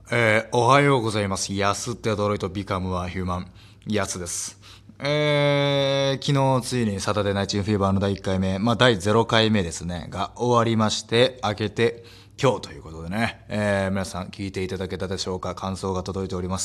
おはようございます。安って驚いとビカムはヒューマン。安です。昨日ついにサタデーナイチンフィーバーの第1回目、第0回目ですね、が終わりまして、明けて今日ということでね、皆さん聞いていただけたでしょうか。感想が届いております。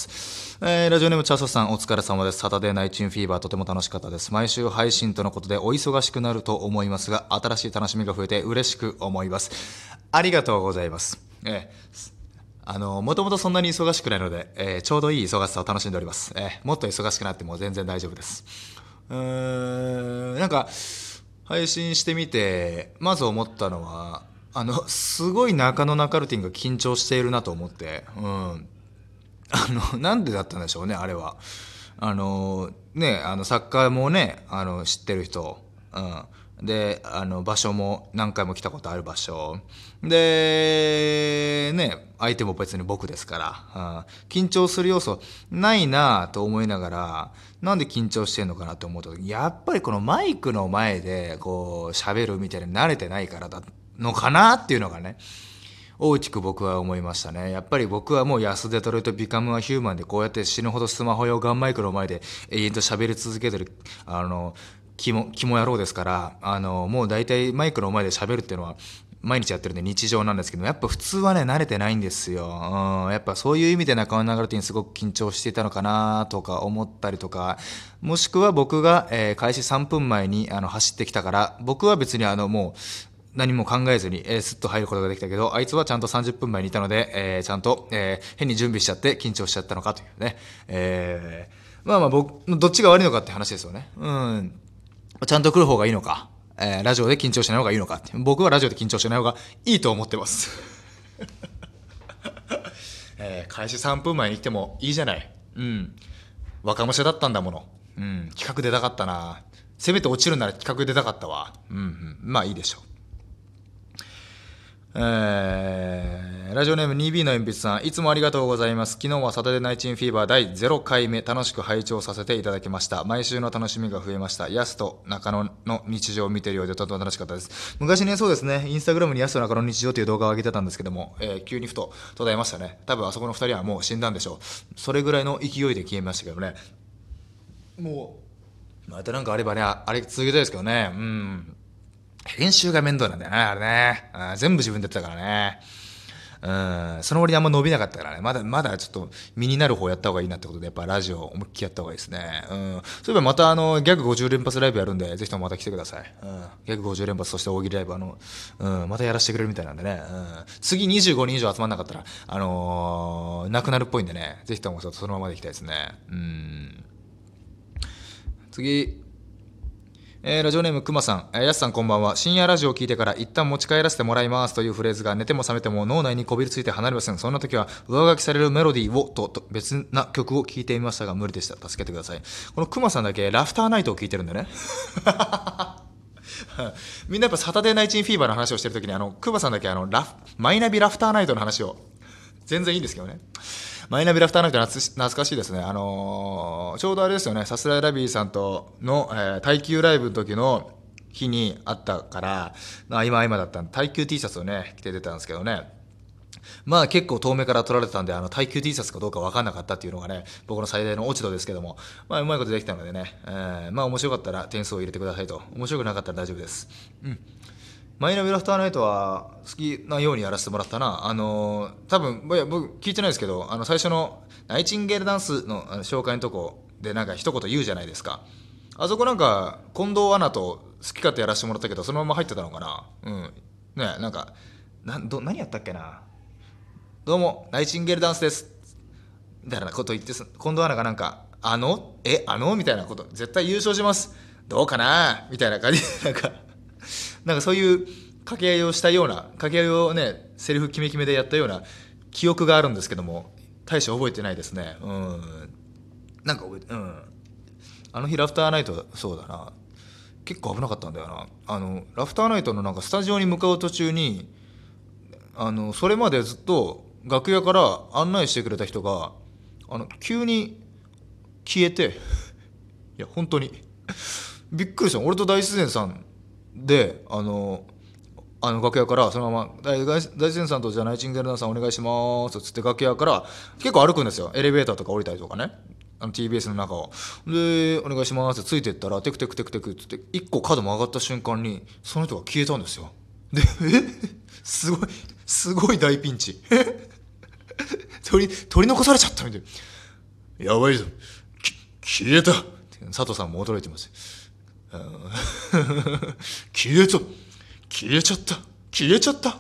ラジオネームチャーソさんお疲れ様です。サタデーナイチンフィーバーとても楽しかったです。毎週配信とのことでお忙しくなると思いますが、新しい楽しみが増えて嬉しく思います。ありがとうございます。もともとそんなに忙しくないので、ちょうどいい忙しさを楽しんでおります。もっと忙しくなっても全然大丈夫です。なんか、配信してみて、まず思ったのは、すごい中野中ルティンが緊張しているなと思って、なんでだったんでしょうね、あれは。サッカーもね、知ってる人、で、場所も何回も来たことある場所。で、ね、相手も別に僕ですから、緊張する要素ないなぁと思いながら、なんで緊張してんのかなって思うと、やっぱりこのマイクの前で、こう、喋るみたいに慣れてないからだのかなっていうのがね、大きく僕は思いましたね。やっぱり僕はもう安デトロイトビカムはヒューマンでこうやって死ぬほどスマホ用ガンマイクの前で永遠と喋り続けてる、肝野郎ですから、もう大体マイクの前で喋るっていうのは毎日やってるんで日常なんですけど、やっぱ普通はね、慣れてないんですよ。やっぱそういう意味で中尾流れてにすごく緊張していたのかなとか思ったりとか、もしくは僕が、開始3分前に走ってきたから、僕は別にもう、何も考えずに、スッと入ることができたけど、あいつはちゃんと30分前にいたので、ちゃんと、変に準備しちゃって緊張しちゃったのかというね。僕、どっちが悪いのかって話ですよね。ちゃんと来る方がいいのか、ラジオで緊張しない方がいいのかって。僕はラジオで緊張しない方がいいと思ってます。開始3分前に来てもいいじゃない。若武者だったんだもの。企画出たかったな。せめて落ちるなら企画出たかったわ。まあいいでしょう。ラジオネーム 2B の鉛筆さん、いつもありがとうございます。昨日はサタデーナイチンフィーバー第0回目、楽しく拝聴させていただきました。毎週の楽しみが増えました。ヤスと中野の日常を見ているようでとても楽しかったです。昔ね、そうですね、インスタグラムにヤスと中野の日常という動画を上げてたんですけども、急にふと途絶えましたね。多分あそこの2人はもう死んだんでしょう。それぐらいの勢いで消えましたけどね。もう、またなんかあればね、あれ続けたいですけどね。編集が面倒なんだよね、あれね。全部自分でやってたからね。その割にあんま伸びなかったからね。まだちょっと身になる方やった方がいいなってことで、やっぱラジオ思いっきりやった方がいいですね。そういえばまたギャグ50連発ライブやるんで、ぜひともまた来てください。ギャグ50連発、そして大喜利ライブまたやらせてくれるみたいなんでね。次25人以上集まんなかったら、なくなるっぽいんでね。ぜひともそのままでいきたいですね。次、ラジオネームくまさん、やすさんこんばんは。深夜ラジオを聞いてから一旦持ち帰らせてもらいますというフレーズが寝ても覚めても脳内にこびりついて離れません。そんな時は上書きされるメロディーをと別な曲を聴いてみましたが無理でした。助けてください。このくまさんだけラフターナイトを聞いてるんだね。みんなやっぱサタデーナイチンフィーバーの話をしてる時にくまさんだけマイナビラフターナイトの話を全然いいんですけどね。マイナビラフターナイト懐かしいですね。ちょうどあれですよね、さすらいラビーさんとの、耐久ライブの時の日にあったから、今だったんで、耐久 T シャツをね、着て出たんですけどね。まあ結構遠目から撮られてたんで、耐久 T シャツかどうか分かんなかったっていうのがね、僕の最大の落ち度ですけども、まあうまいことできたのでね、まあ面白かったら点数を入れてくださいと。面白くなかったら大丈夫です。マイナビラフターナイトは好きなようにやらせてもらったな。多分、僕聞いてないですけど、最初のナイチンゲールダンスの紹介のとこでなんか一言言うじゃないですか。あそこなんか、近藤アナと好き勝手やらせてもらったけど、そのまま入ってたのかな。ね、なんか、何やったっけな。どうも、ナイチンゲールダンスです。みたいなこと言って、近藤アナがなんか、みたいなこと、絶対優勝します。どうかなみたいな感じで、なんかそういう掛け合いをしたような、掛け合いをね、セリフ決め決めでやったような記憶があるんですけども、大して覚えてないですね。なんか覚えて、あの日ラフターナイト、そうだな。結構危なかったんだよな。ラフターナイトのなんかスタジオに向かう途中に、それまでずっと楽屋から案内してくれた人が、急に消えて、いや、本当に。びっくりした。俺と大自然さんで、 楽屋からそのまま大善さんとじゃあナイチンゲールダンさんお願いしますつって楽屋から結構歩くんですよ。エレベーターとか降りたりとかね、TBS の中をでお願いしますってついてったらテクテクテクテクって1個角曲がった瞬間にその人が消えたんですよ。ですごい大ピンチ。取り残されちゃったみたいな。やばいぞ、消えた。佐藤さんも驚いてます。消えちゃった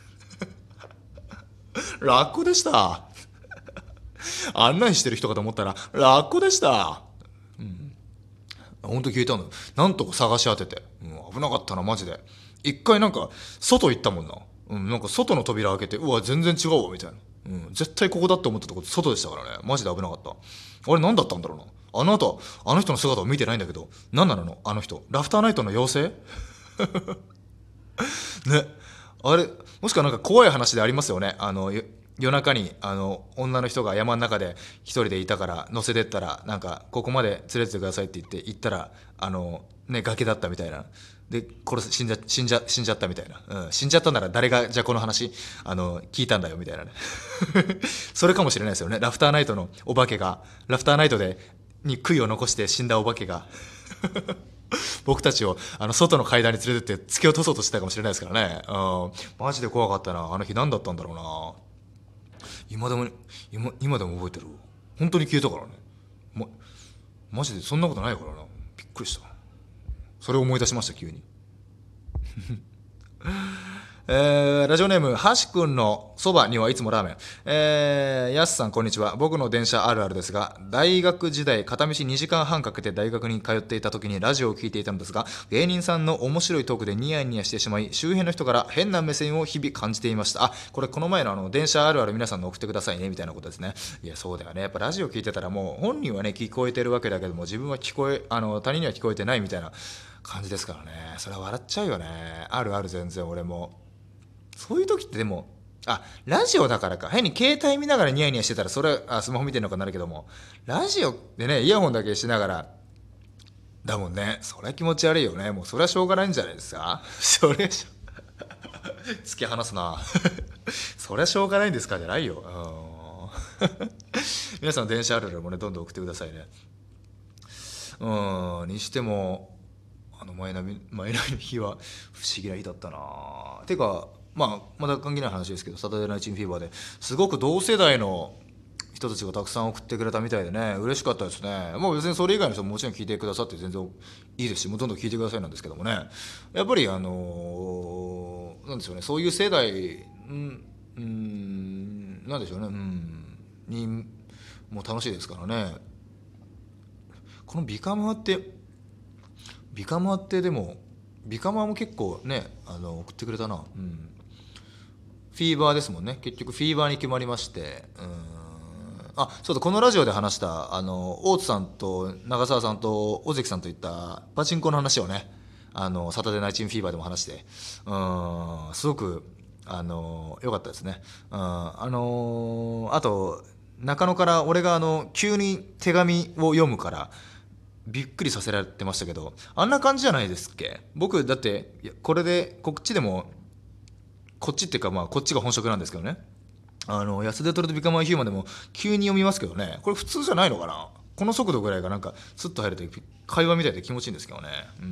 ラッコでした。案内してる人かと思ったらラッコでした。本当に消えたの。なんとか探し当てて、危なかったなマジで。一回なんか外行ったもんな。なんか外の扉開けて、うわ全然違うわみたいな。絶対ここだって思ったとこ外でしたからね。マジで危なかった。あれ何だったんだろうな。あの後あの人の姿を見てないんだけど、何なのあの人。ラフターナイトの妖精ね。あれもしくはなんか怖い話でありますよね。夜中に女の人が山の中で一人でいたから乗せてったら、なんかここまで連れてってくださいって言って行ったら崖だったみたいな。で死んじゃったみたいな、死んじゃったなら誰がじゃあこの話聞いたんだよみたいなね。それかもしれないですよね。ラフターナイトのお化けがラフターナイトに悔いを残して死んだお化けが僕たちを外の階段に連れてって突き落とそうとしてたかもしれないですからね。マジで怖かったな。あの日何だったんだろうな。今でも覚えてる。本当に消えたからね。マジでそんなことないからな。びっくりした。それを思い出しました急に。ラジオネームはしくんのそばにはいつもラーメン。やすさんこんにちは。僕の電車あるあるですが、大学時代片道2時間半かけて大学に通っていた時にラジオを聞いていたのですが、芸人さんの面白いトークでニヤニヤしてしまい、周辺の人から変な目線を日々感じていました。これこの前の電車あるある皆さんの送ってくださいねみたいなことですね。いやそうだよね。やっぱラジオ聞いてたらもう本人はね聞こえてるわけだけども、自分は他人には聞こえてないみたいな感じですからね。それは笑っちゃうよね。あるある。全然俺もそういう時って。でもラジオだからか、変に携帯見ながらニヤニヤしてたらそれスマホ見てるのかなるけども、ラジオでねイヤホンだけしながらだもんね。それは気持ち悪いよね。もうそれはしょうがないんじゃないですか。それ突き放すな。それはしょうがないんですかじゃないよ。皆さん電車あるあるもねどんどん送ってくださいね。にしてもマイナビの日は不思議な日だったな。てかまだ関係ない話ですけど、サタデーナイトフィーバーですごく同世代の人たちがたくさん送ってくれたみたいでね、嬉しかったですね。もう別にそれ以外の人ももちろん聞いてくださって全然いいですし、もうどんどん聞いてくださいなんですけどもね、やっぱりなんでしょうね、そういう世代なんでしょうね、にもう楽しいですからね。このビカマってでもビカマも結構ね送ってくれたな。フィーバーですもんね。結局フィーバーに決まりまして、そうだ、このラジオで話した大津さんと長澤さんと尾関さんといったパチンコの話をね、サタデーナイトフィーバーでも話して、すごく良かったですね。あと中野から俺が急に手紙を読むからびっくりさせられてましたけど、あんな感じじゃないですっけ。僕だってこれでこっちでもこっちっていうかこっちが本職なんですけどね、安手トレとビカマイヒューマンでも急に読みますけどね、これ普通じゃないのかな。この速度ぐらいがなんかスッと入ると会話みたいで気持ちいいんですけどね。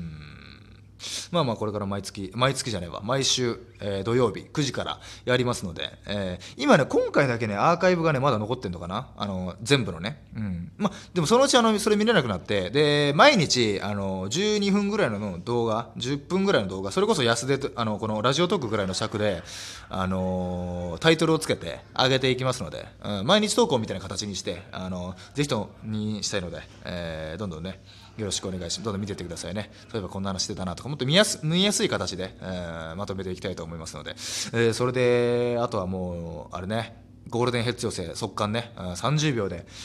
これから毎月じゃねえわ毎週、土曜日9時からやりますので、今ね今回だけねアーカイブがねまだ残ってんのかな、全部のね。でもそのうちそれ見れなくなって、で毎日12分ぐらいの動画、10分ぐらいの動画、それこそ安でこのラジオトークぐらいの尺でタイトルをつけて上げていきますので、毎日投稿みたいな形にしてぜひとにしたいので、どんどんねよろしくお願いします。どんどん見てってくださいね。例えばこんな話してたなとかもっと見やすい形で、まとめていきたいと思いますので、それであとはもうあれね、ゴールデンヘッズ寄せ速乾ね、30秒で、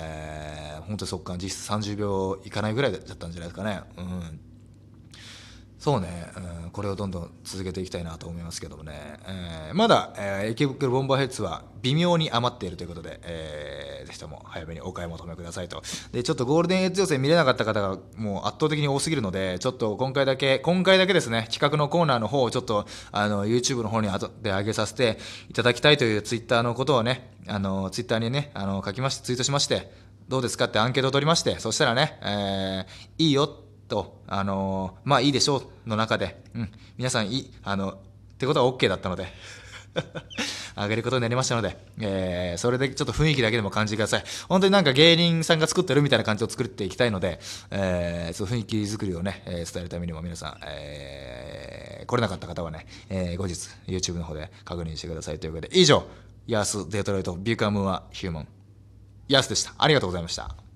本当に速乾実質30秒いかないぐらいだったんじゃないですかね。 そうね、これをどんどん続けていきたいなと思いますけどもね、まだ、池袋ボンバーヘッズは微妙に余っているということで、ぜひとも早めにお買い求めくださいと。で、ちょっとゴールデンエッジ予選見れなかった方がもう圧倒的に多すぎるので、ちょっと今回だけですね、企画のコーナーの方をちょっとYouTube の方に後で上げさせていただきたいというツイッターのことをね、ツイッターにね、書きまして、ツイートしまして、どうですかってアンケートを取りまして、そしたらね、いいよと、まあいいでしょうの中で、皆さんってことは OK だったので、あげることになりましたので、それでちょっと雰囲気だけでも感じてください。本当になんか芸人さんが作ってるみたいな感じを作っていきたいので、そう雰囲気作りをね、伝えるためにも皆さん、来れなかった方はね、後日 YouTube の方で確認してくださいということで、以上、ヤースデトロイトビューカムはヒューマン、ヤースでした。ありがとうございました。